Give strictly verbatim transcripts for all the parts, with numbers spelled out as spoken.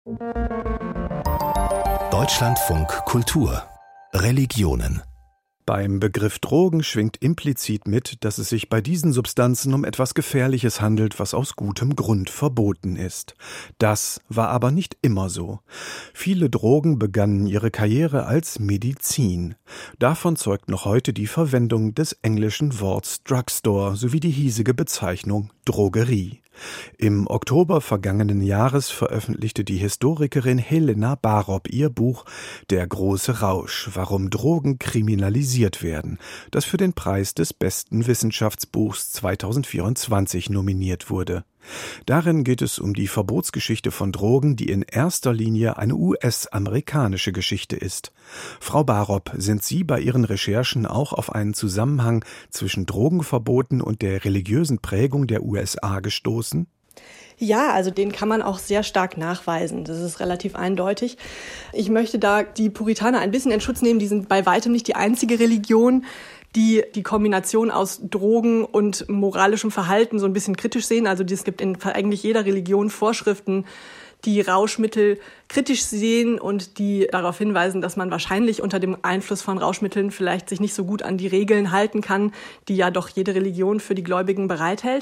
Deutschlandfunk Kultur Religionen. Beim Begriff Drogen schwingt implizit mit, dass es sich bei diesen Substanzen um etwas Gefährliches handelt, was aus gutem Grund verboten ist. Das war aber nicht immer so. Viele Drogen begannen ihre Karriere als Medizin. Davon zeugt noch heute die Verwendung des englischen Worts Drugstore sowie die hiesige Bezeichnung Drogerie. Im Oktober vergangenen Jahres veröffentlichte die Historikerin Helena Barop ihr Buch »Der große Rausch. Warum Drogen kriminalisiert werden«, das für den Preis des besten Wissenschaftsbuchs zweitausendvierundzwanzig nominiert wurde. Darin geht es um die Verbotsgeschichte von Drogen, die in erster Linie eine U S-amerikanische Geschichte ist. Frau Barop, sind Sie bei Ihren Recherchen auch auf einen Zusammenhang zwischen Drogenverboten und der religiösen Prägung der U S A gestoßen? Ja, also den kann man auch sehr stark nachweisen. Das ist relativ eindeutig. Ich möchte da die Puritaner ein bisschen in Schutz nehmen. Die sind bei weitem nicht die einzige Religion, die die Kombination aus Drogen und moralischem Verhalten so ein bisschen kritisch sehen. Also es gibt in eigentlich jeder Religion Vorschriften, die Rauschmittel kritisch sehen und die darauf hinweisen, dass man wahrscheinlich unter dem Einfluss von Rauschmitteln vielleicht sich nicht so gut an die Regeln halten kann, die ja doch jede Religion für die Gläubigen bereithält.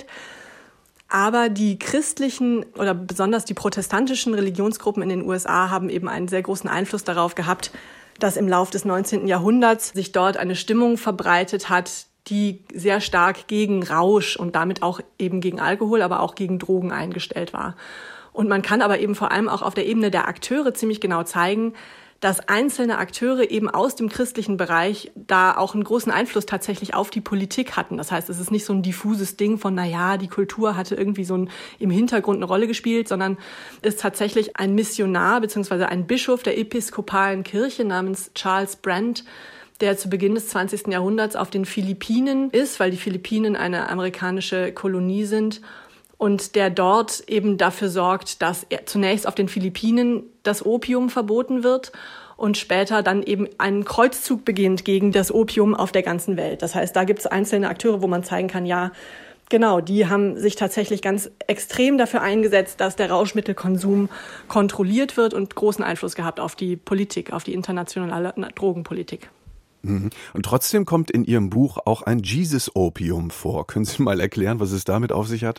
Aber die christlichen oder besonders die protestantischen Religionsgruppen in den U S A haben eben einen sehr großen Einfluss darauf gehabt, dass im Lauf des neunzehnten Jahrhunderts sich dort eine Stimmung verbreitet hat, die sehr stark gegen Rausch und damit auch eben gegen Alkohol, aber auch gegen Drogen eingestellt war. Und man kann aber eben vor allem auch auf der Ebene der Akteure ziemlich genau zeigen, dass einzelne Akteure eben aus dem christlichen Bereich da auch einen großen Einfluss tatsächlich auf die Politik hatten. Das heißt, es ist nicht so ein diffuses Ding von, na ja, die Kultur hatte irgendwie so ein, im Hintergrund eine Rolle gespielt, sondern ist tatsächlich ein Missionar bzw. ein Bischof der episkopalen Kirche namens Charles Brand, der zu Beginn des zwanzigsten Jahrhunderts auf den Philippinen ist, weil die Philippinen eine amerikanische Kolonie sind. Und der dort eben dafür sorgt, dass er zunächst auf den Philippinen das Opium verboten wird und später dann eben einen Kreuzzug beginnt gegen das Opium auf der ganzen Welt. Das heißt, da gibt es einzelne Akteure, wo man zeigen kann, ja, genau, die haben sich tatsächlich ganz extrem dafür eingesetzt, dass der Rauschmittelkonsum kontrolliert wird und großen Einfluss gehabt auf die Politik, auf die internationale Drogenpolitik. Und trotzdem kommt in Ihrem Buch auch ein Jesus-Opium vor. Können Sie mal erklären, was es damit auf sich hat?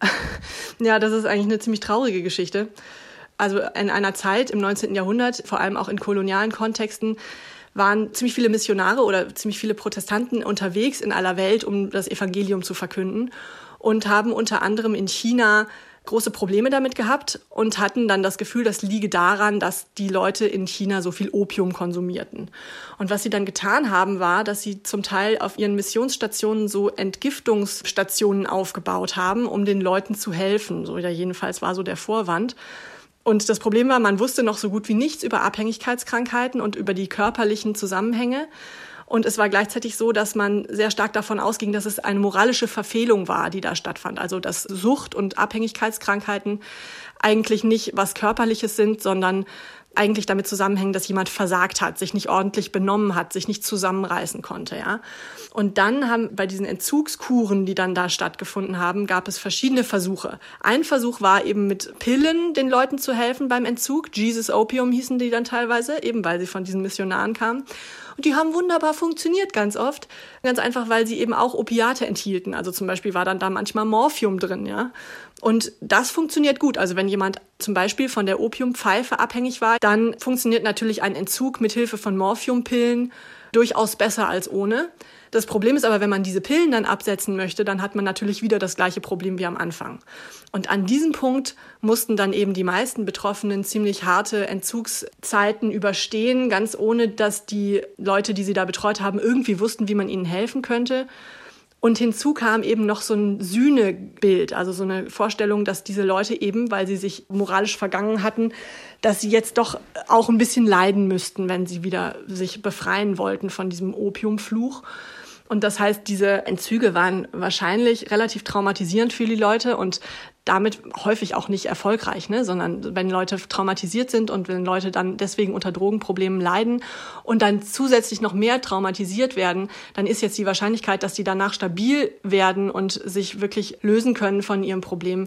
Ja, das ist eigentlich eine ziemlich traurige Geschichte. Also in einer Zeit im neunzehnten Jahrhundert, vor allem auch in kolonialen Kontexten, waren ziemlich viele Missionare oder ziemlich viele Protestanten unterwegs in aller Welt, um das Evangelium zu verkünden und haben unter anderem in China große Probleme damit gehabt und hatten dann das Gefühl, das liege daran, dass die Leute in China so viel Opium konsumierten. Und was sie dann getan haben, war, dass sie zum Teil auf ihren Missionsstationen so Entgiftungsstationen aufgebaut haben, um den Leuten zu helfen. So, ja, jedenfalls war so der Vorwand. Und das Problem war, man wusste noch so gut wie nichts über Abhängigkeitskrankheiten und über die körperlichen Zusammenhänge. Und es war gleichzeitig so, dass man sehr stark davon ausging, dass es eine moralische Verfehlung war, die da stattfand. Also dass Sucht- und Abhängigkeitskrankheiten eigentlich nicht was Körperliches sind, sondern eigentlich damit zusammenhängen, dass jemand versagt hat, sich nicht ordentlich benommen hat, sich nicht zusammenreißen konnte, ja. Und dann haben bei diesen Entzugskuren, die dann da stattgefunden haben, gab es verschiedene Versuche. Ein Versuch war eben mit Pillen den Leuten zu helfen beim Entzug. Jesus Opium hießen die dann teilweise, eben weil sie von diesen Missionaren kamen. Und die haben wunderbar funktioniert ganz oft. Ganz einfach, weil sie eben auch Opiate enthielten. Also zum Beispiel war dann da manchmal Morphium drin, ja. Und das funktioniert gut. Also wenn jemand zum Beispiel von der Opiumpfeife abhängig war, dann funktioniert natürlich ein Entzug mit Hilfe von Morphiumpillen durchaus besser als ohne. Das Problem ist aber, wenn man diese Pillen dann absetzen möchte, dann hat man natürlich wieder das gleiche Problem wie am Anfang. Und an diesem Punkt mussten dann eben die meisten Betroffenen ziemlich harte Entzugszeiten überstehen, ganz ohne, dass die Leute, die sie da betreut haben, irgendwie wussten, wie man ihnen helfen könnte. Und hinzu kam eben noch so ein Sühnebild, also so eine Vorstellung, dass diese Leute eben, weil sie sich moralisch vergangen hatten, dass sie jetzt doch auch ein bisschen leiden müssten, wenn sie wieder sich befreien wollten von diesem Opiumfluch. Und das heißt, diese Entzüge waren wahrscheinlich relativ traumatisierend für die Leute und damit häufig auch nicht erfolgreich, ne? Sondern wenn Leute traumatisiert sind und wenn Leute dann deswegen unter Drogenproblemen leiden und dann zusätzlich noch mehr traumatisiert werden, dann ist jetzt die Wahrscheinlichkeit, dass die danach stabil werden und sich wirklich lösen können von ihrem Problem,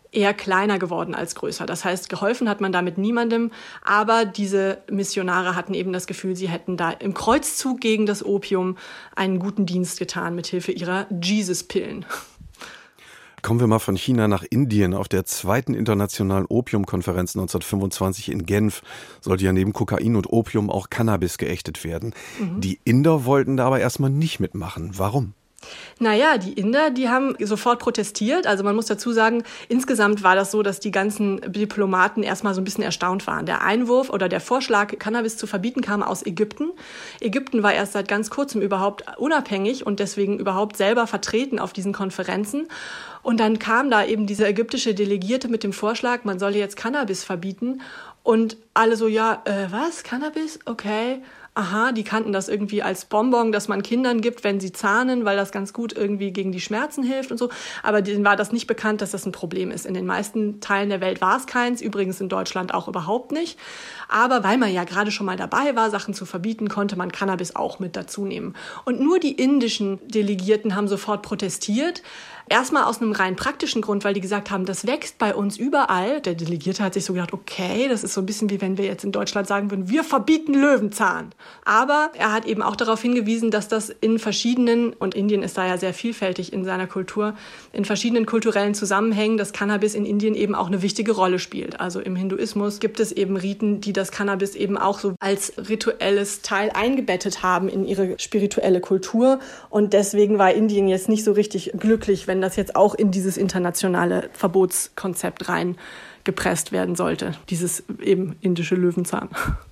eher kleiner geworden als größer. Das heißt, geholfen hat man damit niemandem, aber diese Missionare hatten eben das Gefühl, sie hätten da im Kreuzzug gegen das Opium einen guten Dienst getan mit Hilfe ihrer Jesus-Pillen. Kommen wir mal von China nach Indien. Auf der zweiten internationalen Opiumkonferenz neunzehnhundertfünfundzwanzig in Genf sollte ja neben Kokain und Opium auch Cannabis geächtet werden. Mhm. Die Inder wollten da aber erstmal nicht mitmachen. Warum? Naja, die Inder, die haben sofort protestiert. Also man muss dazu sagen, insgesamt war das so, dass die ganzen Diplomaten erstmal so ein bisschen erstaunt waren. Der Einwurf oder der Vorschlag, Cannabis zu verbieten, kam aus Ägypten. Ägypten war erst seit ganz kurzem überhaupt unabhängig und deswegen überhaupt selber vertreten auf diesen Konferenzen. Und dann kam da eben dieser ägyptische Delegierte mit dem Vorschlag, man solle jetzt Cannabis verbieten. Und alle so, ja, äh, was, Cannabis? Okay. Aha, die kannten das irgendwie als Bonbon, das man Kindern gibt, wenn sie zahnen, weil das ganz gut irgendwie gegen die Schmerzen hilft und so. Aber denen war das nicht bekannt, dass das ein Problem ist. In den meisten Teilen der Welt war es keins, übrigens in Deutschland auch überhaupt nicht. Aber weil man ja gerade schon mal dabei war, Sachen zu verbieten, konnte man Cannabis auch mit dazu nehmen. Und nur die indischen Delegierten haben sofort protestiert. Erstmal aus einem rein praktischen Grund, weil die gesagt haben, das wächst bei uns überall. Der Delegierte hat sich so gedacht, okay, das ist so ein bisschen wie wenn wir jetzt in Deutschland sagen würden, wir verbieten Löwenzahn. Aber er hat eben auch darauf hingewiesen, dass das in verschiedenen, und Indien ist da ja sehr vielfältig in seiner Kultur, in verschiedenen kulturellen Zusammenhängen, dass Cannabis in Indien eben auch eine wichtige Rolle spielt. Also im Hinduismus gibt es eben Riten, die das Cannabis eben auch so als rituelles Teil eingebettet haben in ihre spirituelle Kultur. Und deswegen war Indien jetzt nicht so richtig glücklich, wenn das jetzt auch in dieses internationale Verbotskonzept reingepresst werden sollte, dieses eben indische Löwenzahn.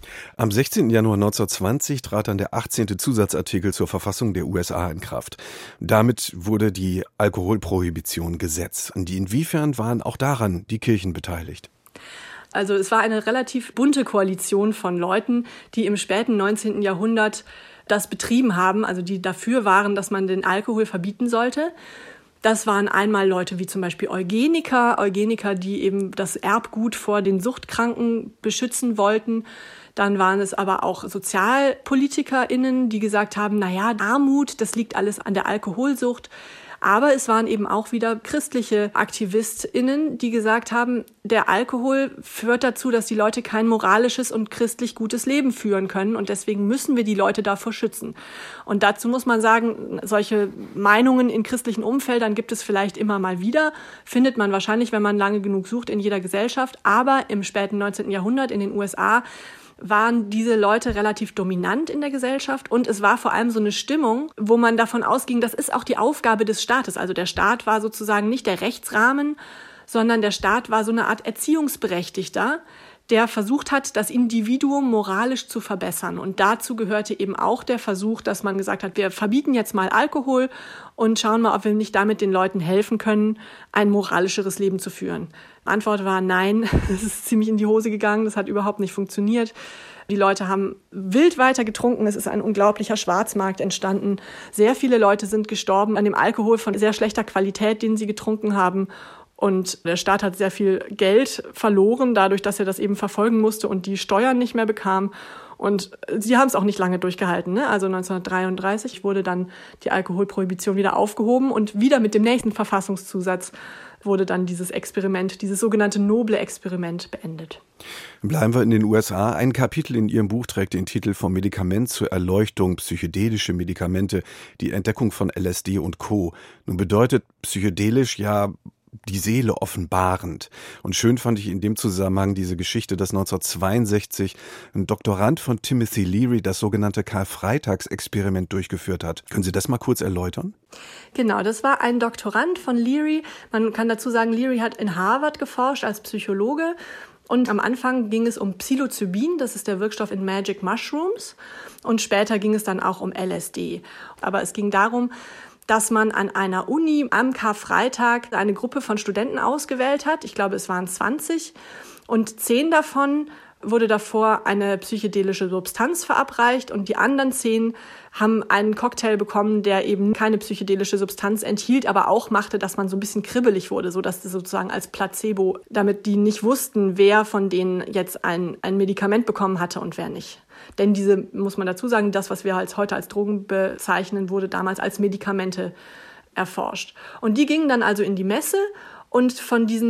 Am sechzehnten Januar neunzehnhundertzwanzig trat dann der achtzehnte Zusatzartikel zur Verfassung der U S A in Kraft. Damit wurde die Alkoholprohibition Gesetz. Und inwiefern waren auch daran die Kirchen beteiligt? Also es war eine relativ bunte Koalition von Leuten, die im späten neunzehnten Jahrhundert das betrieben haben, also die dafür waren, dass man den Alkohol verbieten sollte. Das waren einmal Leute wie zum Beispiel Eugeniker, Eugeniker, die eben das Erbgut vor den Suchtkranken beschützen wollten. Dann waren es aber auch SozialpolitikerInnen, die gesagt haben, naja, Armut, das liegt alles an der Alkoholsucht. Aber es waren eben auch wieder christliche AktivistInnen, die gesagt haben, der Alkohol führt dazu, dass die Leute kein moralisches und christlich gutes Leben führen können. Und deswegen müssen wir die Leute davor schützen. Und dazu muss man sagen, solche Meinungen in christlichen Umfeldern gibt es vielleicht immer mal wieder. Findet man wahrscheinlich, wenn man lange genug sucht, in jeder Gesellschaft. Aber im späten neunzehnten Jahrhundert in den U S A waren diese Leute relativ dominant in der Gesellschaft und es war vor allem so eine Stimmung, wo man davon ausging, das ist auch die Aufgabe des Staates. Also der Staat war sozusagen nicht der Rechtsrahmen, sondern der Staat war so eine Art Erziehungsberechtigter, der versucht hat, das Individuum moralisch zu verbessern. Und dazu gehörte eben auch der Versuch, dass man gesagt hat, wir verbieten jetzt mal Alkohol und schauen mal, ob wir nicht damit den Leuten helfen können, ein moralischeres Leben zu führen. Antwort war nein, es ist ziemlich in die Hose gegangen, das hat überhaupt nicht funktioniert. Die Leute haben wild weiter getrunken, es ist ein unglaublicher Schwarzmarkt entstanden. Sehr viele Leute sind gestorben an dem Alkohol von sehr schlechter Qualität, den sie getrunken haben. Und der Staat hat sehr viel Geld verloren, dadurch, dass er das eben verfolgen musste und die Steuern nicht mehr bekam. Und sie haben es auch nicht lange durchgehalten, ne? Also neunzehnhundertdreiunddreißig wurde dann die Alkoholprohibition wieder aufgehoben und wieder mit dem nächsten Verfassungszusatz wurde dann dieses Experiment, dieses sogenannte noble Experiment beendet. Bleiben wir in den U S A. Ein Kapitel in Ihrem Buch trägt den Titel Vom Medikament zur Erleuchtung, psychedelische Medikamente, die Entdeckung von L S D und Co. Nun bedeutet psychedelisch ja die Seele offenbarend. Und schön fand ich in dem Zusammenhang diese Geschichte, dass neunzehnhundertzweiundsechzig ein Doktorand von Timothy Leary das sogenannte Karfreitagsexperiment durchgeführt hat. Können Sie das mal kurz erläutern? Genau, das war ein Doktorand von Leary. Man kann dazu sagen, Leary hat in Harvard geforscht als Psychologe. Und am Anfang ging es um Psilocybin, das ist der Wirkstoff in Magic Mushrooms. Und später ging es dann auch um L S D. Aber es ging darum, dass man an einer Uni am Karfreitag eine Gruppe von Studenten ausgewählt hat. Ich glaube, es waren zwanzig. Und zehn davon wurde davor eine psychedelische Substanz verabreicht und die anderen zehn haben einen Cocktail bekommen, der eben keine psychedelische Substanz enthielt, aber auch machte, dass man so ein bisschen kribbelig wurde, so dass das sozusagen als Placebo, damit die nicht wussten, wer von denen jetzt ein, ein Medikament bekommen hatte und wer nicht. Denn diese, muss man dazu sagen, das, was wir als heute als Drogen bezeichnen, wurde damals als Medikamente erforscht. Und die gingen dann also in die Messe und von diesen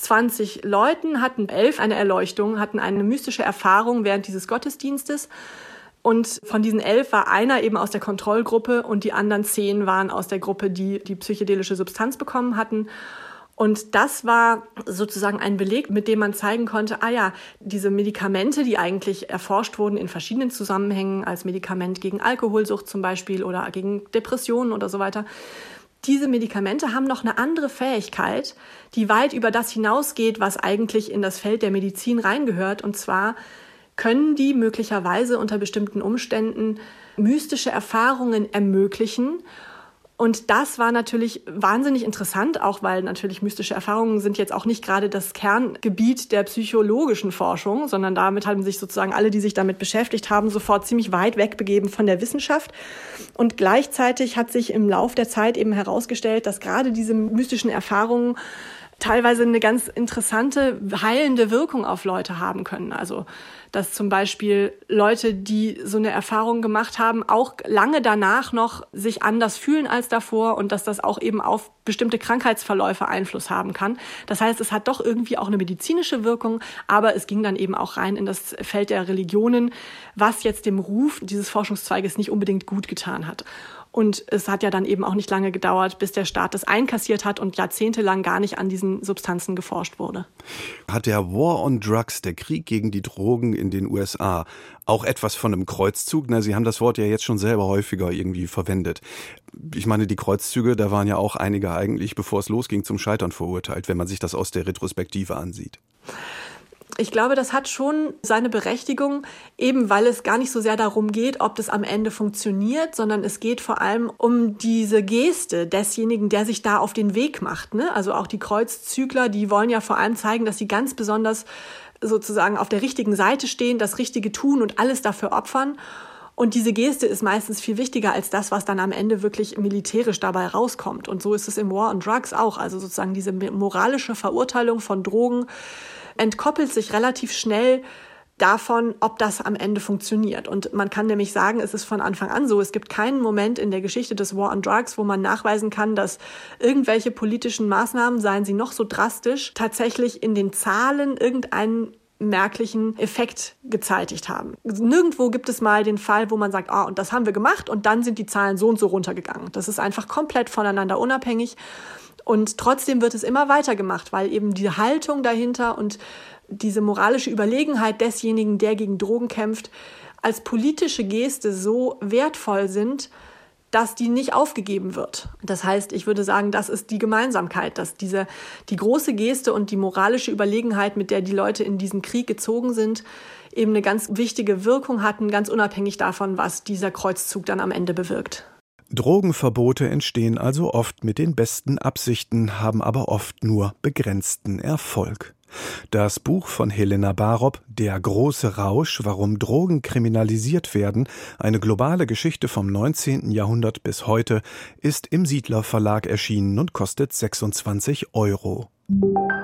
zwanzig Leuten hatten elf eine Erleuchtung, hatten eine mystische Erfahrung während dieses Gottesdienstes. Und von diesen elf war einer eben aus der Kontrollgruppe und die anderen zehn waren aus der Gruppe, die die psychedelische Substanz bekommen hatten. Und das war sozusagen ein Beleg, mit dem man zeigen konnte, ah ja, diese Medikamente, die eigentlich erforscht wurden in verschiedenen Zusammenhängen, als Medikament gegen Alkoholsucht zum Beispiel oder gegen Depressionen oder so weiter, diese Medikamente haben noch eine andere Fähigkeit, die weit über das hinausgeht, was eigentlich in das Feld der Medizin reingehört. Und zwar können die möglicherweise unter bestimmten Umständen mystische Erfahrungen ermöglichen. Und das war natürlich wahnsinnig interessant, auch weil natürlich mystische Erfahrungen sind jetzt auch nicht gerade das Kerngebiet der psychologischen Forschung, sondern damit haben sich sozusagen alle, die sich damit beschäftigt haben, sofort ziemlich weit wegbegeben von der Wissenschaft. Und gleichzeitig hat sich im Lauf der Zeit eben herausgestellt, dass gerade diese mystischen Erfahrungen teilweise eine ganz interessante, heilende Wirkung auf Leute haben können. Also, dass zum Beispiel Leute, die so eine Erfahrung gemacht haben, auch lange danach noch sich anders fühlen als davor und dass das auch eben auf bestimmte Krankheitsverläufe Einfluss haben kann. Das heißt, es hat doch irgendwie auch eine medizinische Wirkung, aber es ging dann eben auch rein in das Feld der Religionen, was jetzt dem Ruf dieses Forschungszweiges nicht unbedingt gut getan hat. Und es hat ja dann eben auch nicht lange gedauert, bis der Staat das einkassiert hat und jahrzehntelang gar nicht an diesen Substanzen geforscht wurde. Hat der War on Drugs, der Krieg gegen die Drogen in den U S A, auch etwas von einem Kreuzzug? Na, Sie haben das Wort ja jetzt schon selber häufiger irgendwie verwendet. Ich meine, die Kreuzzüge, da waren ja auch einige eigentlich, bevor es losging, zum Scheitern verurteilt, wenn man sich das aus der Retrospektive ansieht. Ich glaube, das hat schon seine Berechtigung, eben weil es gar nicht so sehr darum geht, ob das am Ende funktioniert, sondern es geht vor allem um diese Geste desjenigen, der sich da auf den Weg macht, ne? Also auch die Kreuzzügler, die wollen ja vor allem zeigen, dass sie ganz besonders sozusagen auf der richtigen Seite stehen, das Richtige tun und alles dafür opfern. Und diese Geste ist meistens viel wichtiger als das, was dann am Ende wirklich militärisch dabei rauskommt. Und so ist es im War on Drugs auch. Also sozusagen diese moralische Verurteilung von Drogen entkoppelt sich relativ schnell davon, ob das am Ende funktioniert. Und man kann nämlich sagen, es ist von Anfang an so, es gibt keinen Moment in der Geschichte des War on Drugs, wo man nachweisen kann, dass irgendwelche politischen Maßnahmen, seien sie noch so drastisch, tatsächlich in den Zahlen irgendeinen merklichen Effekt gezeitigt haben. Nirgendwo gibt es mal den Fall, wo man sagt, ah, und das haben wir gemacht und dann sind die Zahlen so und so runtergegangen. Das ist einfach komplett voneinander unabhängig. Und trotzdem wird es immer weitergemacht, weil eben die Haltung dahinter und diese moralische Überlegenheit desjenigen, der gegen Drogen kämpft, als politische Geste so wertvoll sind, dass die nicht aufgegeben wird. Das heißt, ich würde sagen, das ist die Gemeinsamkeit, dass diese, die große Geste und die moralische Überlegenheit, mit der die Leute in diesen Krieg gezogen sind, eben eine ganz wichtige Wirkung hatten, ganz unabhängig davon, was dieser Kreuzzug dann am Ende bewirkt. Drogenverbote entstehen also oft mit den besten Absichten, haben aber oft nur begrenzten Erfolg. Das Buch von Helena Barop, Der große Rausch, warum Drogen kriminalisiert werden, eine globale Geschichte vom neunzehnten Jahrhundert bis heute, ist im Siedler Verlag erschienen und kostet sechsundzwanzig Euro.